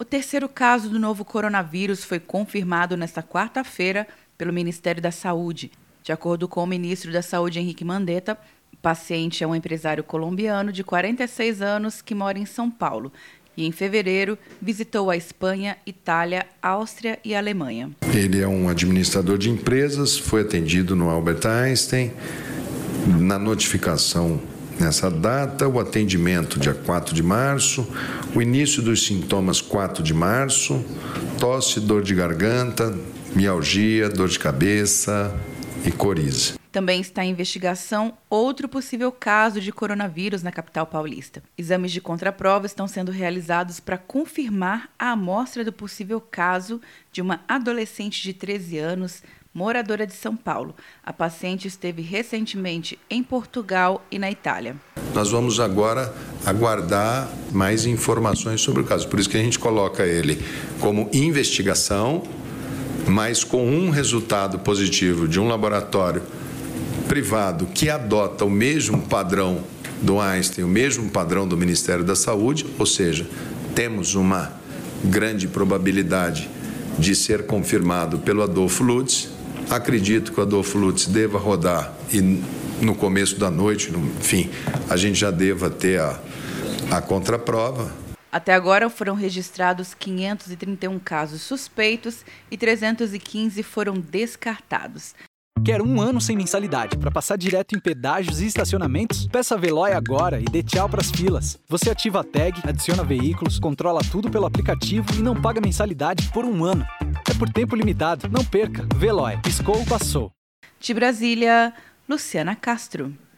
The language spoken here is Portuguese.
O terceiro caso do novo coronavírus foi confirmado nesta quarta-feira pelo Ministério da Saúde. De acordo com o ministro da Saúde, Henrique Mandetta, o paciente é um empresário colombiano de 46 anos que mora em São Paulo e, em fevereiro, visitou a Espanha, Itália, Áustria e Alemanha. Ele é um administrador de empresas, foi atendido no Albert Einstein. Na notificação nessa data, o atendimento dia 4 de março, o início dos sintomas 4 de março, tosse, dor de garganta, mialgia, dor de cabeça e coriza. Também está em investigação outro possível caso de coronavírus na capital paulista. Exames de contraprova estão sendo realizados para confirmar a amostra do possível caso de uma adolescente de 13 anos, moradora de São Paulo. A paciente esteve recentemente em Portugal e na Itália. Nós vamos agora aguardar mais informações sobre o caso. Por isso que a gente coloca ele como investigação, mas com um resultado positivo de um laboratório privado que adota o mesmo padrão do Einstein, o mesmo padrão do Ministério da Saúde, ou seja, temos uma grande probabilidade de ser confirmado pelo Adolfo Lutz. Acredito que o Adolfo Lutz deva rodar e no começo da noite, enfim, a gente já deva ter a contraprova. Até agora foram registrados 531 casos suspeitos e 315 foram descartados. Quer um ano sem mensalidade para passar direto em pedágios e estacionamentos? Peça a Veloy agora e dê tchau para as filas. Você ativa a tag, adiciona veículos, controla tudo pelo aplicativo e não paga mensalidade por um ano. É por tempo limitado. Não perca. Veloy. Piscou, passou. De Brasília, Luciana Castro.